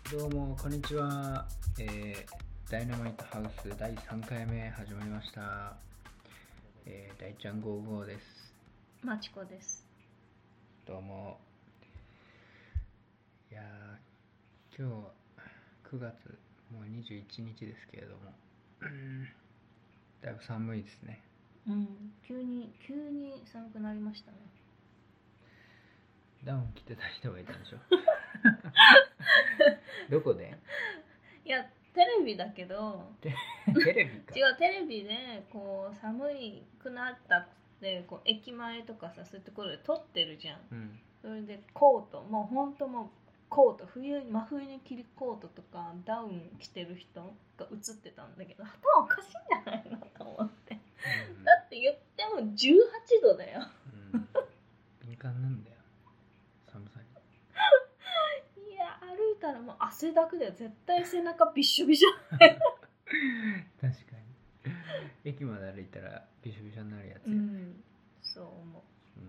どうもこんにちは、ダイナマイトハウス第3回目始まりました。大ちゃん55です。 まちこです。 どうも。いや今日9月もう21日ですけれどもだいぶ寒いですね。 急に寒くなりましたね。 ダウン着てた人がいたんでしょどこで？ いや、テレビだけどテレビか。 違う、テレビでこう寒くなったってこう駅前とかさ、そういうところで撮ってるじゃん、それでコート、もうほんともうコート、真冬に着るコートとかダウン着てる人が映ってたんだけど、頭おかしいんじゃないのと思って、だって言っても18度だよ。 敏感なんだよ、寒さに。 いや、歩いたらもう汗だくだよ。絶対背中びっしょびしょ確かに駅まで歩いたらびしょびしょになるやつや、 そう思う。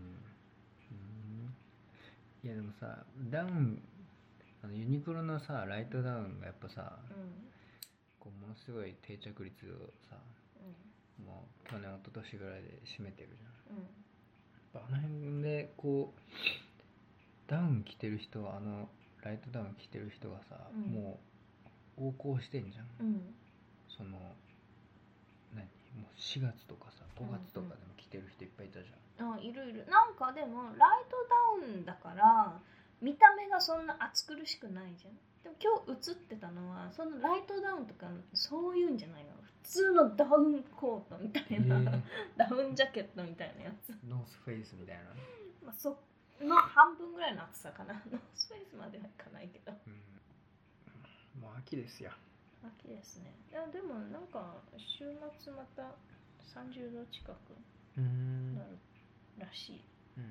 いやでもさ、ダウンユニクロのさライトダウンがやっぱさ、こうものすごい定着率をさ、もう去年一昨年ぐらいで占めてるじゃん、あの辺でこうダウン着てる人はライトダウン着てる人がさ、もう横行してんじゃん、そのもう4月とかさ5月とかでも着てる人いっぱいいたじゃん、 いるいる。なんかでもライトダウンだから見た目がそんな暑苦しくないじゃん。でも今日映ってたのはそのライトダウンとかそういうんじゃないの、普通のダウンコートみたいな、ダウンジャケットみたいなやつ、 ノースフェイスみたいな、 その半分ぐらいの暑さかな。ノースフェイスまではいかないけど、 もう秋ですよ。 秋ですね。いやでもなんか週末また30度近くなるらしい。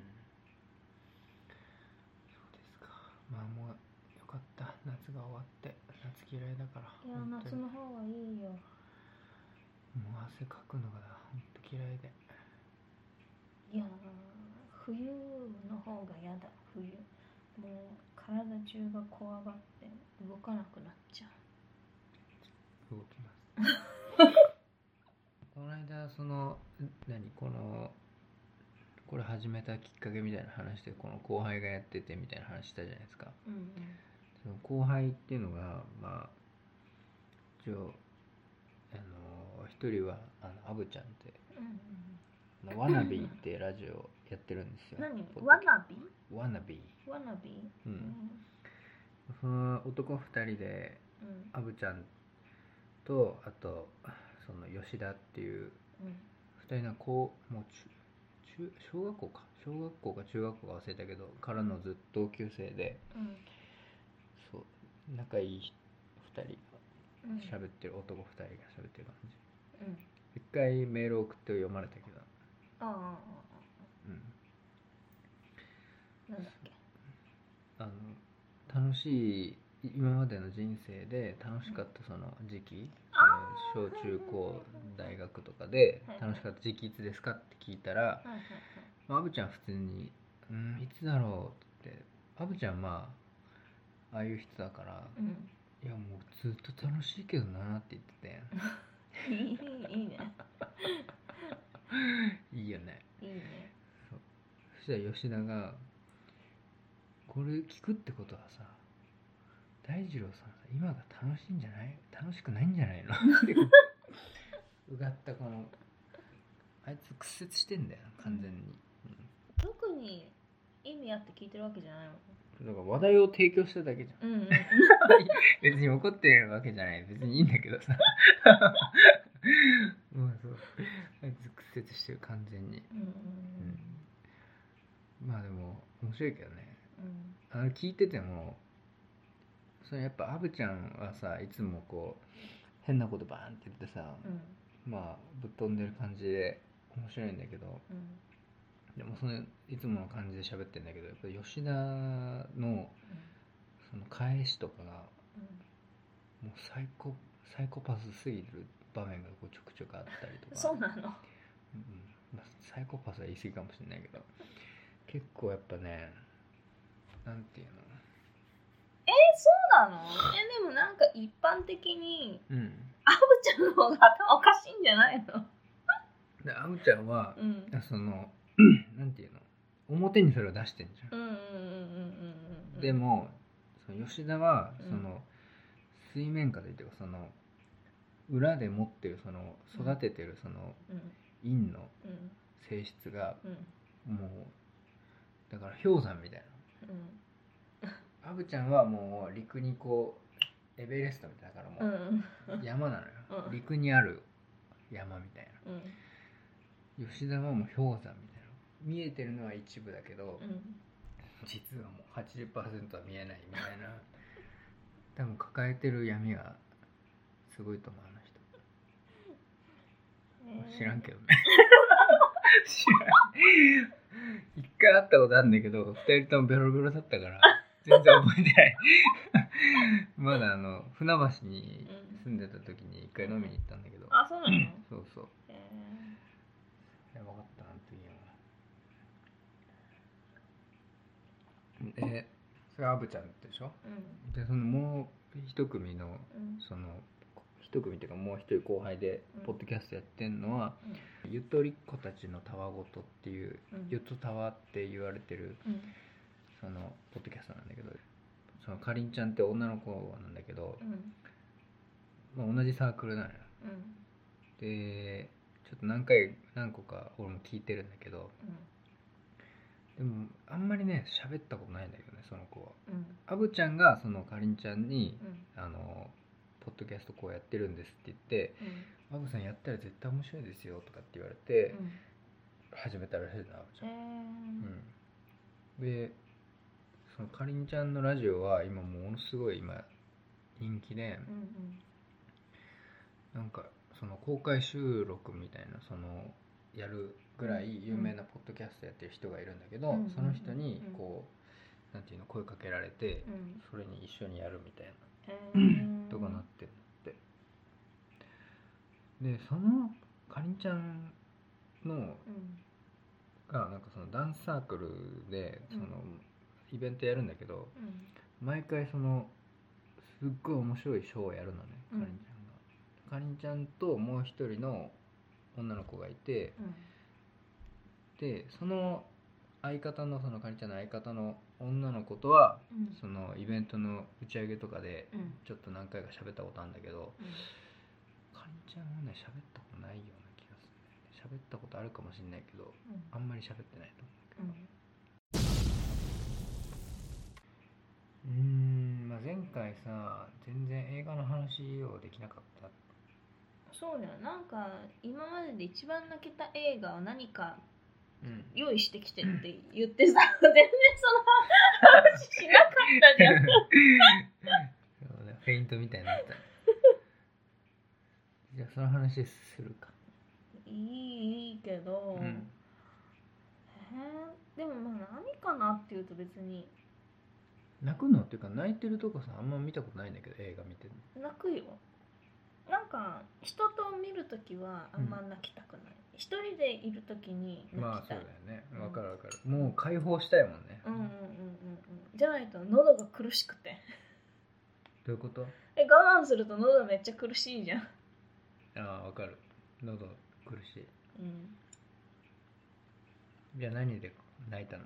そうですか。まあもうよかった、夏が終わって。夏嫌いだから。 いや、夏の方がいいよ。 もう汗かくのがほんと嫌いで。 いや、冬の方が嫌だ。冬もう体中がこわばって動かなくなっちゃう。動きますこの間これ始めたきっかけみたいな話で、この後輩がやっててみたいな話したじゃないですか、その後輩っていうのがまあ一応一人はアブちゃんって、ワナビーってラジオやってるんですよ。 何？ワナビー？ ワナビー。 ワナビー？ その男2人で、アブちゃんとあとその吉田っていう2人のもう小学校か中学校か忘れたけどからのずっと同級生で、そう仲いい2人が喋ってる、男2人が喋ってる感じ、一回メール送って読まれたけど、 なんだっけ、 楽しい今までの人生で楽しかったその時期、小中高大学とかで楽しかった時期いつですかって聞いたら、アブちゃん普通にいつだろうって、アブちゃんああいう人だから、いやもうずっと楽しいけどなって言ってていいねいいよね。 いいね。 そしたら吉田が、これ聞くってことはさ、大二郎さんさ今が楽しくないんじゃないのってうがったこのあいつ屈折してんだよ完全に、 特に意味あって聞いてるわけじゃないの。 だから話題を提供しただけじゃん、別に怒ってるわけじゃない、別にいいんだけどさもうそうあいつ屈折してる完全に、まあでも面白いけどね、聞いててもそれやっぱアブちゃんはさいつもこう変なことバーンって言ってさ、まあぶっ飛んでる感じで面白いんだけど、でもそのいつもの感じで喋ってんだけど、やっぱ吉田のその返しとかが、もうサイコパスすぎる場面がこうちょくちょくあったりとか。 そうなの？ サイコパスは言い過ぎかもしれないけど、結構やっぱね、なんていうの、 そなの？でもなんか一般的に、 うん、 アブちゃんの方が頭おかしいんじゃないの？ でアブちゃんは、 うん、 そのなんていうの、表にそれを出してんじゃん。でもその吉田はその、水面下でっていうかその裏で持ってるその育ててるその陰の性質がもうだから氷山みたいな。アブちゃんはもう陸にこうエベレストみたいだからもう山なのよ。陸にある山みたいな。吉田はもう氷山みたいな。見えてるのは一部だけど、実はもう 80% は見えないみたいな。多分抱えてる闇がすごいと思う、あの人。知らんけどね。知らん。一回会ったことあるんだけど、二人ともベロベロだったから全然覚えてない。まだ船橋に住んでた時に一回飲みに行ったんだけど。 あ、そうなの？ そうそう。やばかったな、あの時は。で、それアブちゃんでしょ、でそのもう一組の、その一組っていうかもう一人後輩でポッドキャストやってんのは、ゆとりっ子たちのたわごとっていう、ゆとたわって言われてる、そのポッドキャストなんだけど、そのかりんちゃんって女の子なんだけど、まあ、同じサークルなのよ、でちょっと何個か俺も聞いてるんだけど、でもあんまりね喋ったことないんだけどね、その子は。アブちゃんがそのかりんちゃんに、ポッドキャストこうやってるんですって言って、アブさんやったら絶対面白いですよとかって言われて、始めたらしいな、アブちゃん。でそのかりんちゃんのラジオは今ものすごい今人気で、なんかその公開収録みたいなそのやるぐらい有名なポッドキャストやってる人がいるんだけど、その人にこうなんていうの声かけられて、それに一緒にやるみたいなとかなってるんだって。でそのかりんちゃんのがなんかそのダンスサークルでそのイベントやるんだけど、毎回そのすっごい面白いショーをやるのね、かりんちゃんが。かりんちゃんともう一人の女の子がいて、でその相方のそのかりんちゃんの相方の女の子とは、そのイベントの打ち上げとかでちょっと何回か喋ったことあるんだけど、かりんちゃんはね喋ったことないような気がするね。喋ったことあるかもしれないけど、あんまり喋ってないと思うけど、まあ、前回さ全然映画の話をできなかった。 そうだよ、なんか今までで一番泣けた映画は何か用意してきてって言ってさ、全然その話しなかったじゃん。 そうね、フェイントみたいになった。じゃあその話するか。 いいけど、でもまあ何かなっていうと別に泣くのっていうか泣いてるとこさあんま見たことないんだけど、映画見てるの泣くよ。なんか人と見るときはあんま泣きたくない、一人でいるときに泣きたい。 まあそうだよね、わかるわかる、もう解放したいもんね。 じゃないと喉が苦しくて。 どういうこと？ 我慢すると喉めっちゃ苦しいじゃん。 ああわかる、喉苦しい。じゃあ何で泣いたの？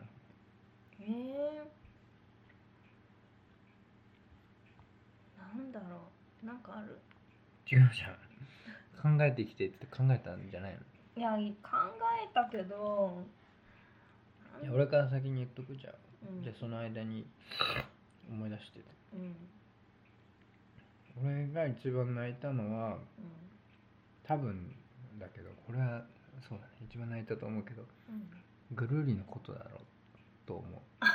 なんだろう、なんかある？ 違うじゃん、考えてきてって考えたんじゃないの？ いや考えたけど、 いや俺から先に言っとくじゃん、じゃあその間に思い出してて、俺が一番泣いたのは、多分だけどこれはそうだね、一番泣いたと思うけど、ぐるりのことだろうと思う。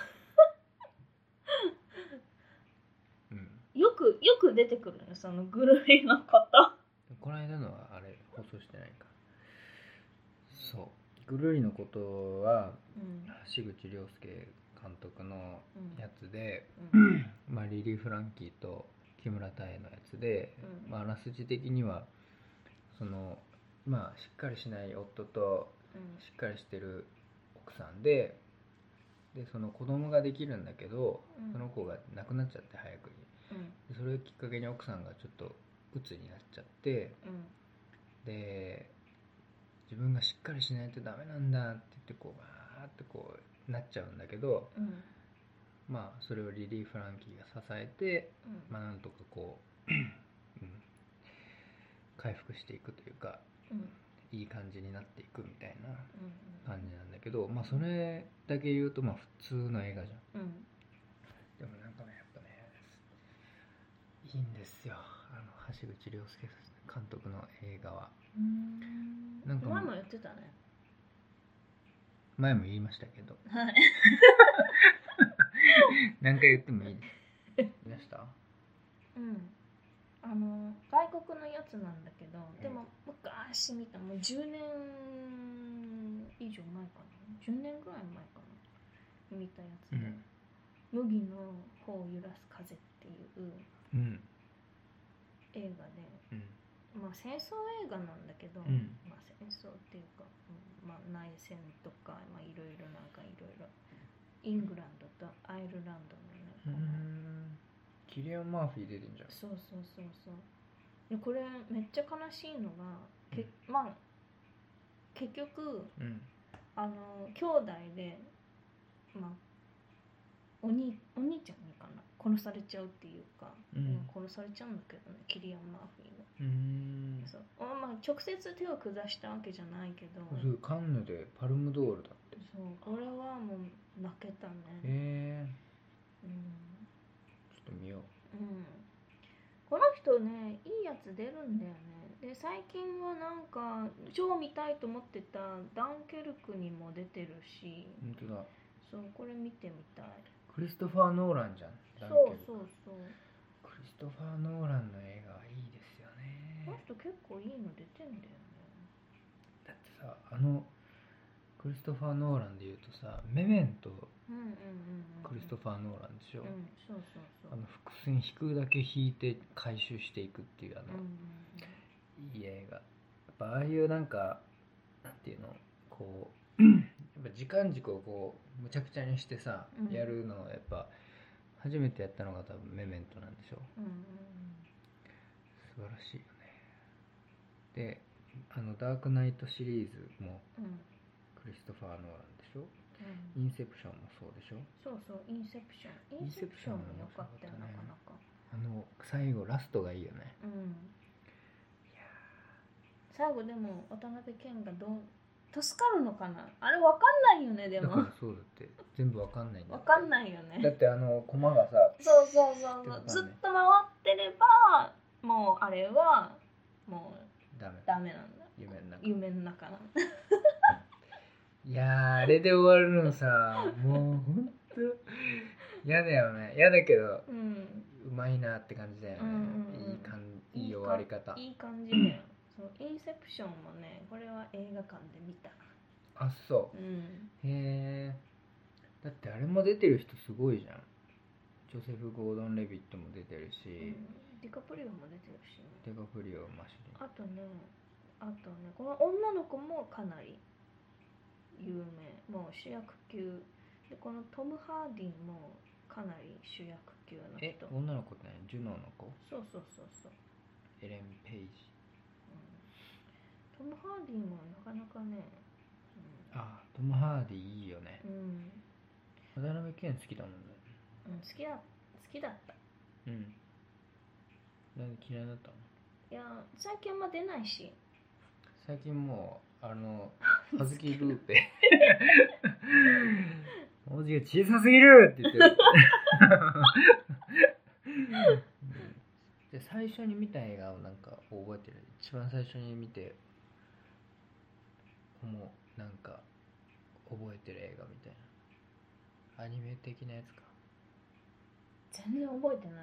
よく出てくるのそのぐるりのこと。 この間のはあれ放送してないか。そうぐるりのことは、橋口亮介監督のやつで、まあ、リリー・フランキーと木村多江のやつで、まあ、あらすじ的にはそのまあしっかりしない夫としっかりしてる奥さんでその子供ができるんだけど、その子が亡くなっちゃって早くに。 うん、 それをきっかけに奥さんがちょっと鬱になっちゃって、 うん、 で自分がしっかりしないとダメなんだって言ってこうバーってこうなっちゃうんだけど、 うん、 まあそれをリリー・フランキーが支えて、 うん、 まあなんとかこう、回復していくというか、 うん、 いい感じになっていくみたいな感じうなんだけど、まあそれだけ言うとまあ普通の映画じゃん。 ん、 でもなんかねやっぱねいいんですよ、橋口亮介監督の映画は。 なんか前も言ってたね。 前も言いましたけどはい。 何回言ってもいいです。言いました？ うん。外国のやつなんだけど、でも昔見た、もう10年以上前かな、10年ぐらい前かな、見たやつで、麦の方を揺らす風っていう映画で、まあ戦争映画なんだけど、まあ戦争っていうか、まあ内戦とか、まあいろいろなんかいろいろ、イングランドとアイルランドのね、 キリアン・マーフィー出てんじゃん。 そうでこれめっちゃ悲しいのが、まあ結局、兄弟で、まあ、お兄ちゃんにかな殺されちゃうっていうか、殺されちゃうんだけどね、キリアン・マーフィーが。そう、まあ直接手を下したわけじゃないけど、 カンヌでパルムドールだって。 そう、これはもう泣けたね。 ちょっと見よう。 この人ね、いいやつ出るんだよね。で最近はなんか超見たいと思ってたダンケルクにも出てるし。 本当だ。 そう、これ見てみたい。 クリストファー・ノーランじゃん。 そうクリストファー・ノーランの映画はいいですよね。 この人結構いいの出てんだよね。 だってさ、クリストファー・ノーランでいうとさ、メメント、クリストファー・ノーランでしょ。伏線引くだけ引いて回収していくっていういい映画。やっぱああいうなんかなんていうの、こうやっぱ時間軸をこうむちゃくちゃにしてさ、やるのはやっぱ初めてやったのが多分メメントなんでしょ。素晴らしいよね。でダークナイトシリーズもクリストファー・ノーランでしょ。インセプションもそうでしょ。 インセプションも良かったよ、なかなか。 最後ラストがいいよね。 最後でも渡辺謙が助かるのかな、あれ分かんないよね。でもだからそうだって全部分かんないんだって。 分かんないよね。 だって駒がさ、 そうずっと回ってればもうあれはもうダメなんだ。夢の中なんだ。 いやあれで終わるのさ、もうほんと嫌だよね。嫌だけど、うまいなって感じだよね。いい終わり方。 いい感じだよ。そう、インセプションもね、これは映画館で見た。 あ、そう。へえ。だってあれも出てる人すごいじゃん。ジョセフ・ゴードン・レビットも出てるし、 ディカプリオも出てるし、 デカプリオマシあとねこの女の子もかなり有名、もう主役級で、このトム・ハーディンもかなり主役級の人。 女の子ってね、ジュノの子。 そうエレン・ペイジ。 トム・ハーディンもなかなかね、 トム・ハーディいいよね。渡辺謙好きだもんね。 好きだった。 なんで嫌いだったの？ いや、最近あんま出ないし。 最近もう葉月ルーペ文字が小さすぎるって言ってる。で最初に見た映画をなんか覚えてる。一番最初に見てなんか覚えてる映画みたいな、アニメ的なやつか。 全然覚えてない。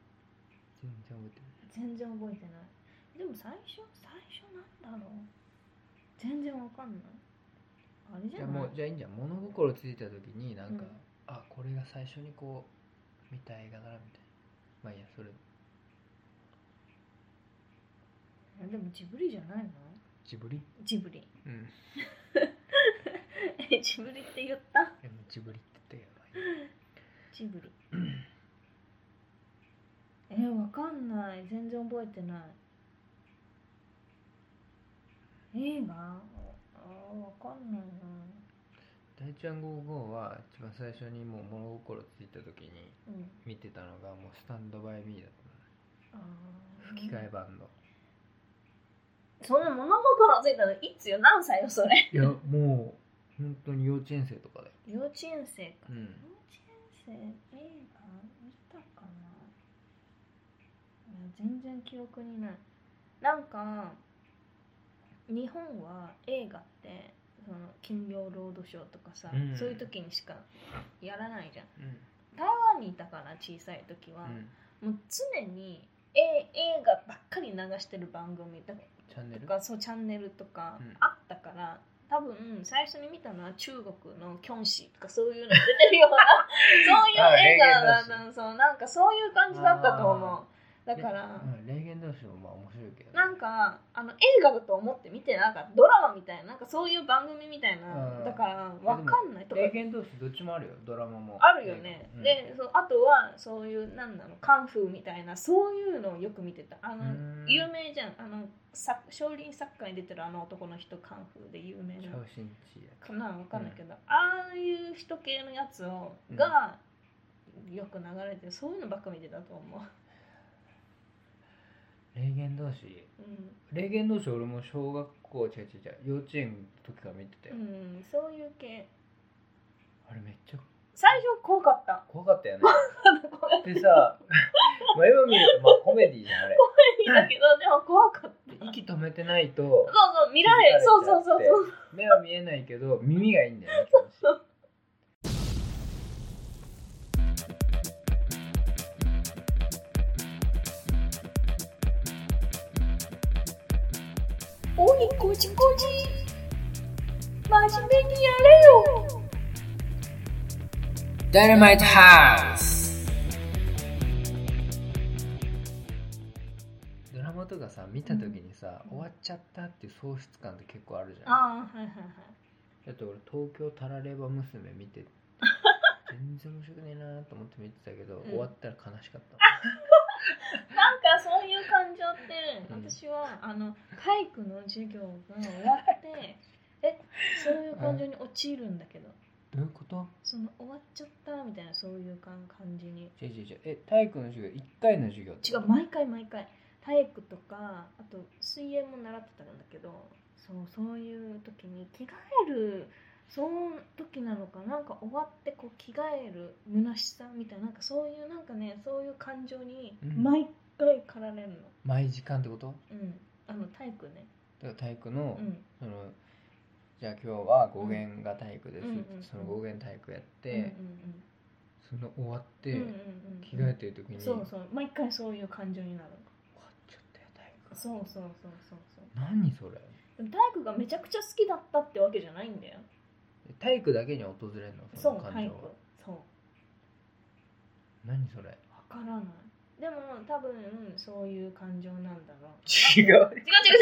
全然覚えてない。 でも最初なんだろう、全然わかんない。あれじゃない？ じゃあいいんじゃん。物心ついた時になんか、これが最初にこう見た映画だなみたいな。まあいいや、それでもジブリじゃないの？ジブリジブリって言った？ ジブリって言ったよ。 ジブリわかんない、全然覚えてない。映画わかんないな。 大ちゃん55は一番最初にもう物心ついた時に見てたのがもうスタンドバイミーだったの、吹き替え版の。 そんな物心ついたのいつよ、何歳よそれ。 いやもう本当に幼稚園生とかだよ。 幼稚園生か、幼稚園生映画見たかな。いや全然記憶にない。なんか日本は映画ってその金曜ロードショーとかさ、そういう時にしかやらないじゃん、台湾にいたから小さい時は、もう常に映画ばっかり流してる番組とかそうチャンネルとかあったから、多分最初に見たのは中国のキョンシーとかそういうの出てるようなそういう映画だったそう、なんかそういう感じだったと思う。だから霊言同士もまあ面白いけど、 なんか映画だと思って見てなかった。ドラマみたいな、なんかそういう番組みたいな、だから分かんないとか。 霊言同士どっちもあるよ、ドラマもあるよね、であとはそういうなんだろうカンフーみたいなそういうのをよく見てた。有名じゃん、少林サッカーに出てる男の人、カンフーで有名なかな、分かんないけど、ああいう人系のやつがよく流れてる、そういうのばっか見てたと思う。 霊言同士、霊言同士俺も小学校幼稚園の時から見てたよ。 そういう系。 あれめっちゃ最初怖かった。 怖かったよね。でさ、まあ今見るとまあコメディじゃんあれ。 コメディだけどでも怖かった。 息止めてないと。 そうそう見られる。そうそうそうそう。 目は見えないけど耳がいいんだよね。 おいこちこち真面目にやれよダイナマイトハウス。ドラマとかさ見た時にさ、終わっちゃったっていう喪失感って結構あるじゃん。 はいはいはい。 だって俺東京タラレバ娘見て全然面白くねえなと思って見てたけど、終わったら悲しかった。 なんかそういう感情って、私は体育の授業が終わってそういう感情に陥るんだけど。 どういうこと？ その終わっちゃったみたいなそういう感じに。 体育の授業1回の授業？ 違う、毎回体育とかあと水泳も習ってたんだけど、そういう時に着替えるその時なのか、なんか終わってこう着替える虚しさみたいな、なんかそういうなんかね、そういう感情に毎回駆られるの。 毎時間ってこと？ 体育ね。 だから体育の、じゃあ今日は語源が体育です、その語源体育やって、その終わって、着替えてる時にそう毎回そういう感情になる。 終わっちゃったよ体育。 そう何それ？ 体育がめちゃくちゃ好きだったってわけじゃないんだよ。 体育だけに訪れるの？その感情は。 そう何それ？ わからない。でも多分そういう感情なんだろう。 違う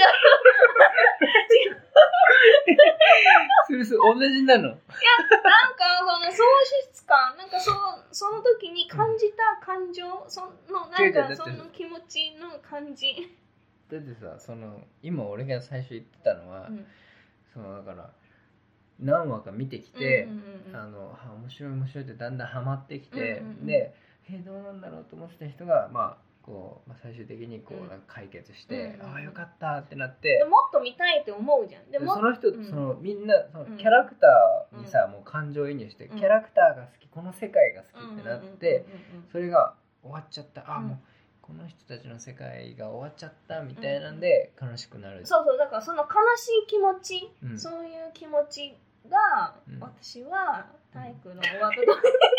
同じなの？いや、なんかその喪失感、なんかその時に感じた感情、なんかその気持ちの感じ。 だってさ、今俺が最初言ってたのは、だから何話か見てきて、面白いってだんだんハマってきて、でどうなんだろうと思ってた人が最終的になんか解決して、ああよかったってなって、 もっと見たいって思うじゃん。でもその人、みんなキャラクターにさ、もう感情移入して、キャラクターが好き、この世界が好きってなって、それが終わっちゃった、もうこの人たちの世界が終わっちゃったみたいなんで悲しくなる。 そうだからその悲しい気持ち、そういう気持ちが、私は体育の終わった時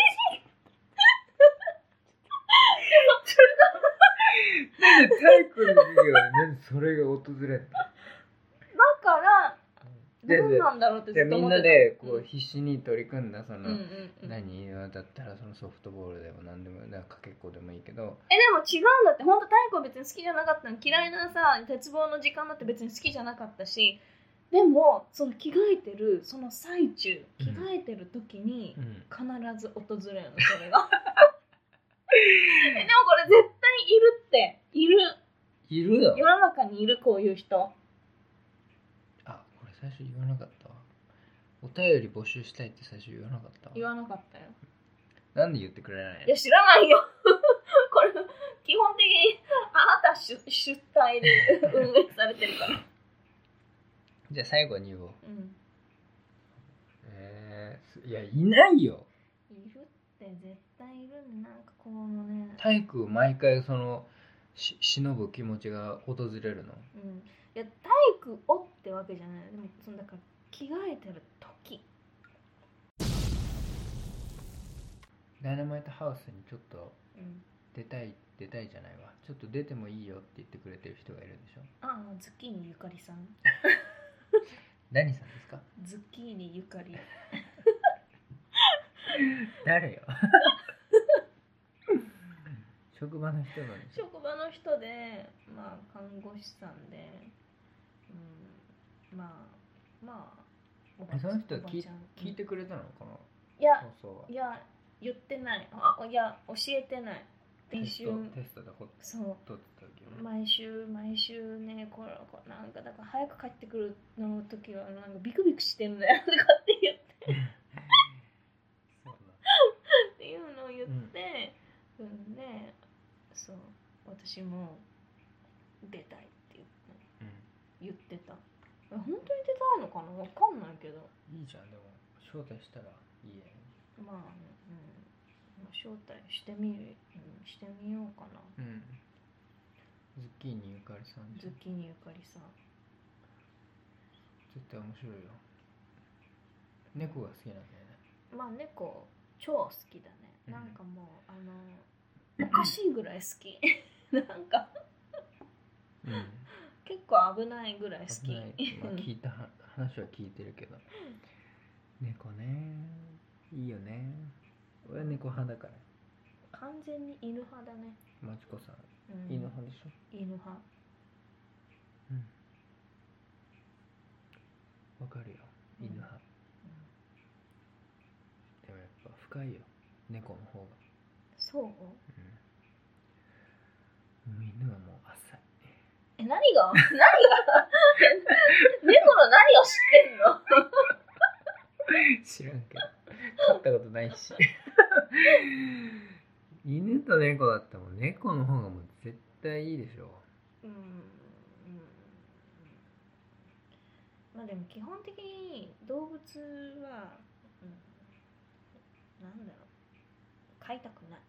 なんで体育の授業でなんでそれが訪れるの？だからどうなんだろうってずっと思ってた。 みんなで必死に取り組んだ何だったらソフトボールでも何でもかけっこでもいいけど、 でも違うんだって。本当体育は別に好きじゃなかったの。嫌いなさ鉄棒の時間だって別に好きじゃなかったし、でもその着替えてるその最中、着替えてる時に必ず訪れるのそれが。でもこれ絶対にいるっているよ。 世の中にいるこういう人。 あ、これ最初言わなかったわ。お便り募集したいって最初言わなかったわ。 言わなかったよ。 なんで言ってくれないの？ いや知らないよこれ基本的にあなた主体で運営されてるからじゃあ最後に言おう。 うん、 いやいないよ。 いるって絶対いるん。なんかこのね体育毎回その忍ぶ気持ちが訪れるの。 うん、いや体育をってわけじゃない。でもそのだから着替えてる時ダイナマイトハウスにちょっとうん出たいじゃないわ。ちょっと出てもいいよって言ってくれてる人がいるんでしょ。 ああズッキーニゆかりさん何さんですか？ ズッキーニゆかり誰よ職場の人なんでしょ。 職場の人でまあ看護師さんで、うん、まあその人は聞いてくれたのかな。 いや放送は。 いや言ってない。いや教えてない。 テストでそう撮ってた時は毎週ねこれなんかだから早く帰ってくるの時はなんかビクビクしてんだよとかって言ってそうっていうのを言ってでそう私も出たいって言ってた。本当に出たいのかなわかんないけど。 いいじゃん。でも招待したらいいや。 まあ招待してみようかな。 ズッキーニゆかりさん。 ズッキーニゆかりさん絶対面白いよ。猫が好きなんだよね。 まあ猫超好きだね。なんかもうおかしいぐらい好きなんか結構危ないぐらい好き。 まあ、聞いた話は聞いてるけど猫ねいいよね。俺は猫派だから。 完全に犬派だね。 マチコさん、犬派でしょ。 犬派。 わかるよ、犬派。でもやっぱ深いよ、猫の方が。 そう？ 犬はもう浅い。 何が猫の何を知ってんの知らんけど飼ったことないし犬と猫だったらもう猫の方がもう絶対いいでしょ。 まあでも基本的に動物は、なんだろう飼いたくない、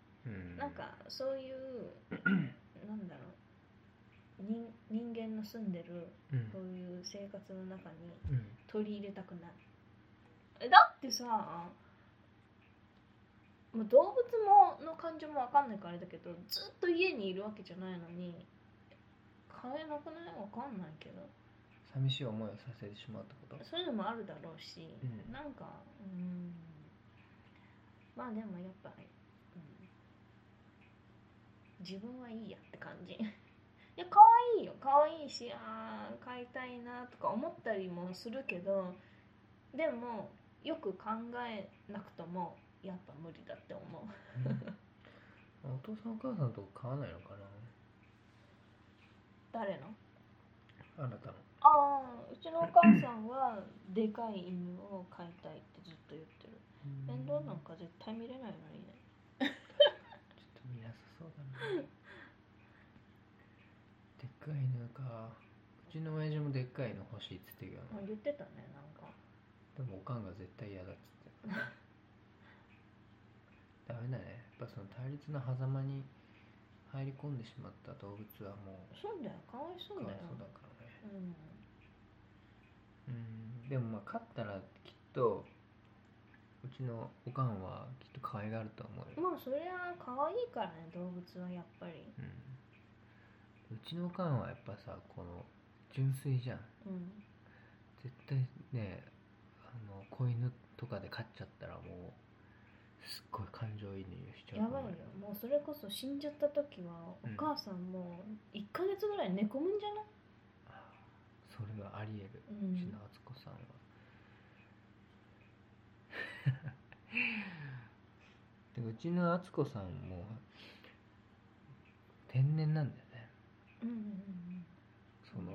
なんかそういうなんだろう人間の住んでるそういう生活の中に取り入れたくない、だってさもう動物の感情も分かんないからあれだけどずっと家にいるわけじゃないのに飼えなくない？分かんないけど寂しい思いをさせてしまうってこと？ そういうのもあるだろうし、なんかまあでもやっぱり、自分はいいやって感じいや可愛いよ、可愛いし飼いたいなとか思ったりもするけどでもよく考えなくともやっぱ無理だって思うお父さんお母さんと飼わないのかな。 誰の？ あなたの。 うちのお母さんはでかい犬を飼いたいってずっと言ってる。面倒なんか絶対見れないのにねちょっと見なさそうだなでっかい犬か。うちの親父もでっかい犬欲しいって言ってたけど、 言ってたね。なんかでもおかんが絶対嫌だっつってダメだね。やっぱその対立の狭間に入り込んでしまった動物はもうそうだよ、かわいそうだよ。 そうだからね。でもまあ飼ったらきっとうちのおかんはきっと可愛がると思うよ。 まあそりゃ可愛いからね、動物はやっぱり。 うちのおかんはやっぱさ、この純粋じゃん。絶対ね、子犬とかで飼っちゃったらもうすっごい感情移入しちゃう。 やばいよ。もうそれこそ死んじゃった時はお母さんもう1ヶ月ぐらい寝込むんじゃない？ それはあり得る。うちの敦子さんはでうちの敦子さんも天然なんだよね。その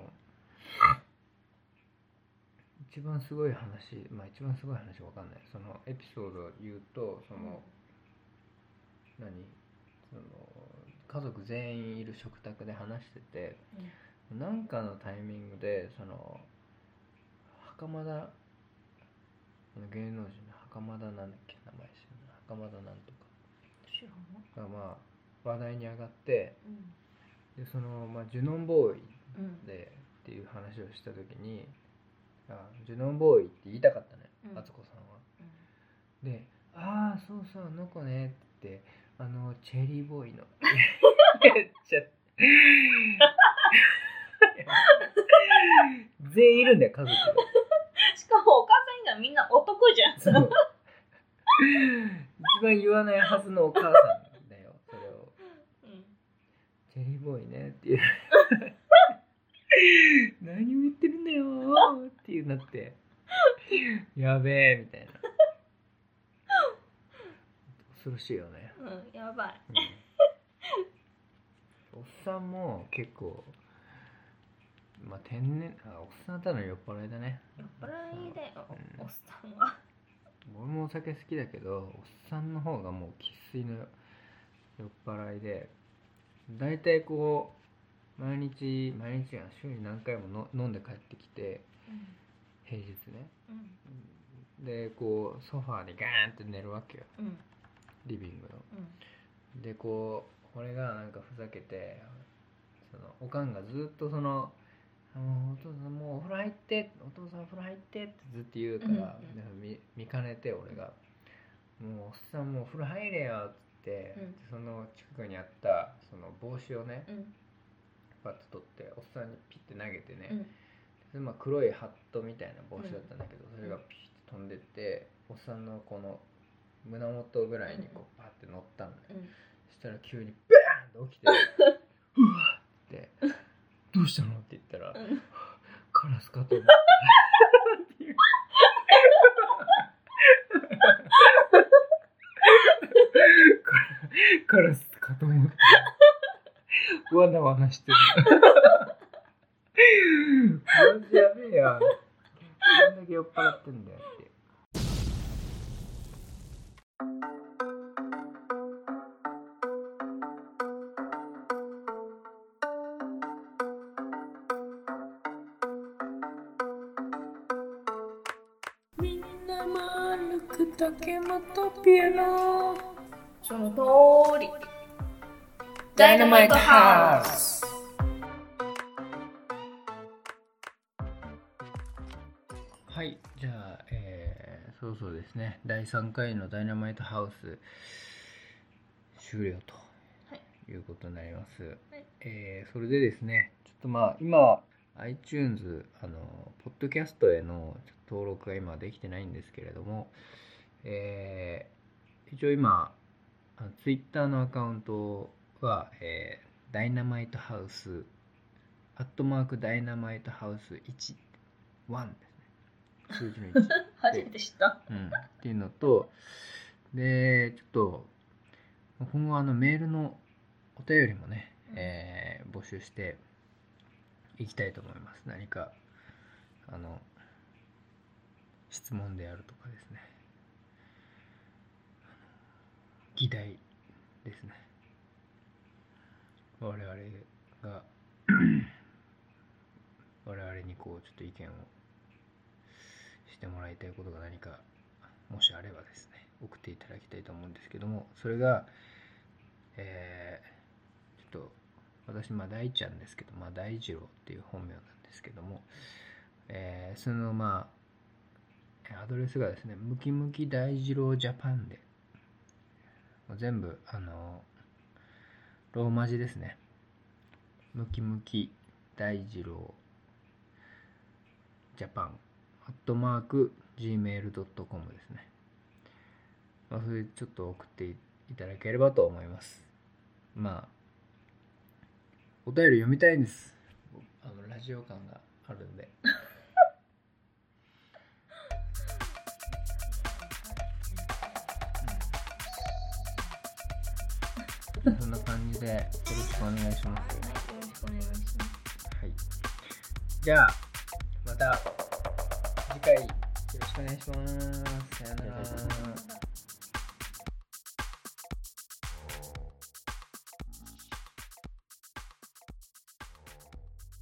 一番すごい話、一番すごい話わかんない。そのエピソードを言うと、その、その家族全員いる食卓で話してて、なんかのタイミングでその袴田芸能人の袴田なんだっけ、名前知らない、袴田なんとかが話題に上がって、でそのジュノンボーイでっていう話をした時に、ジュノンボーイって言いたかったね、敦子さんは。で、そうそう、あの子ねってチェリーボーイの全員いるんだよ、家族で。 しかもお母さんがみんな男じゃん。 そう一番言わないはずのお母さんだよ、それを。チェリーボーイねっていう何言ってるんだよっていうなって、やべえみたいな。恐ろしいよね。 やばい。 おっさんも結構天然、おっさんはただの酔っ払いだね。 酔っ払いだよ、おっさんは。 俺もお酒好きだけど、おっさんの方がもう生粋の酔っ払いで、だいたいこう毎日が週に何回も飲んで帰ってきて、平日ね、でこうソファーにガーンって寝るわけよ、リビングの、でこう俺がなんかふざけて、そのおかんがずっとそのお父さんもうお風呂入って、お父さんお風呂入ってってずっと言うから、見かねて俺がもうおっさんもうお風呂入れよって言って、その近くにあったその帽子をね、パッと取っておっさんにピッて投げてね、で黒いハットみたいな帽子だったんだけど、それがピッて飛んでって、おっさんのこの胸元ぐらいにこうパッて乗ったんだよ、そしたら急にバーンと起きてうわってどうしたのって言ったら、カラスかと思ったっていうカラスかと思ったわなわなしてるマジやべえや、どんだけ酔っ払ってんだよって。みんな丸く竹本ピアノ、 その通り。 ダイナマイトハウス。はい、じゃあ、そろそろですね、第3回のダイナマイトハウス終了ということになります、それでですね、ちょっと今 iTunes ポッドキャストへの登録が今できてないんですけれども、一応今Twitter のアカウントは、ダイナマイトハウス@ダイナマイトハウス1ですね、数字の1 初めて知った、 っていうのと、でちょっと今後メールのお便りもね、募集していきたいと思います。何か質問であるとかですね、議題ですね、我々にこうちょっと意見をしてもらいたいことが何かもしあればですね、送っていただきたいと思うんですけども、それがちょっと私大ちゃんですけど、大二郎っていう本名なんですけども、そのアドレスがですね、ムキムキ大二郎ジャパンで、全部ローマ字ですね、ムキムキ大二郎ジャパン@gmail.com ですね。それちょっと送っていただければと思います。お便り読みたいんです。ラジオ感があるんでそんな感じでよろしくお願いします。 よろしくお願いします。 はい。じゃあまた次回よろしくお願いします。さよなら。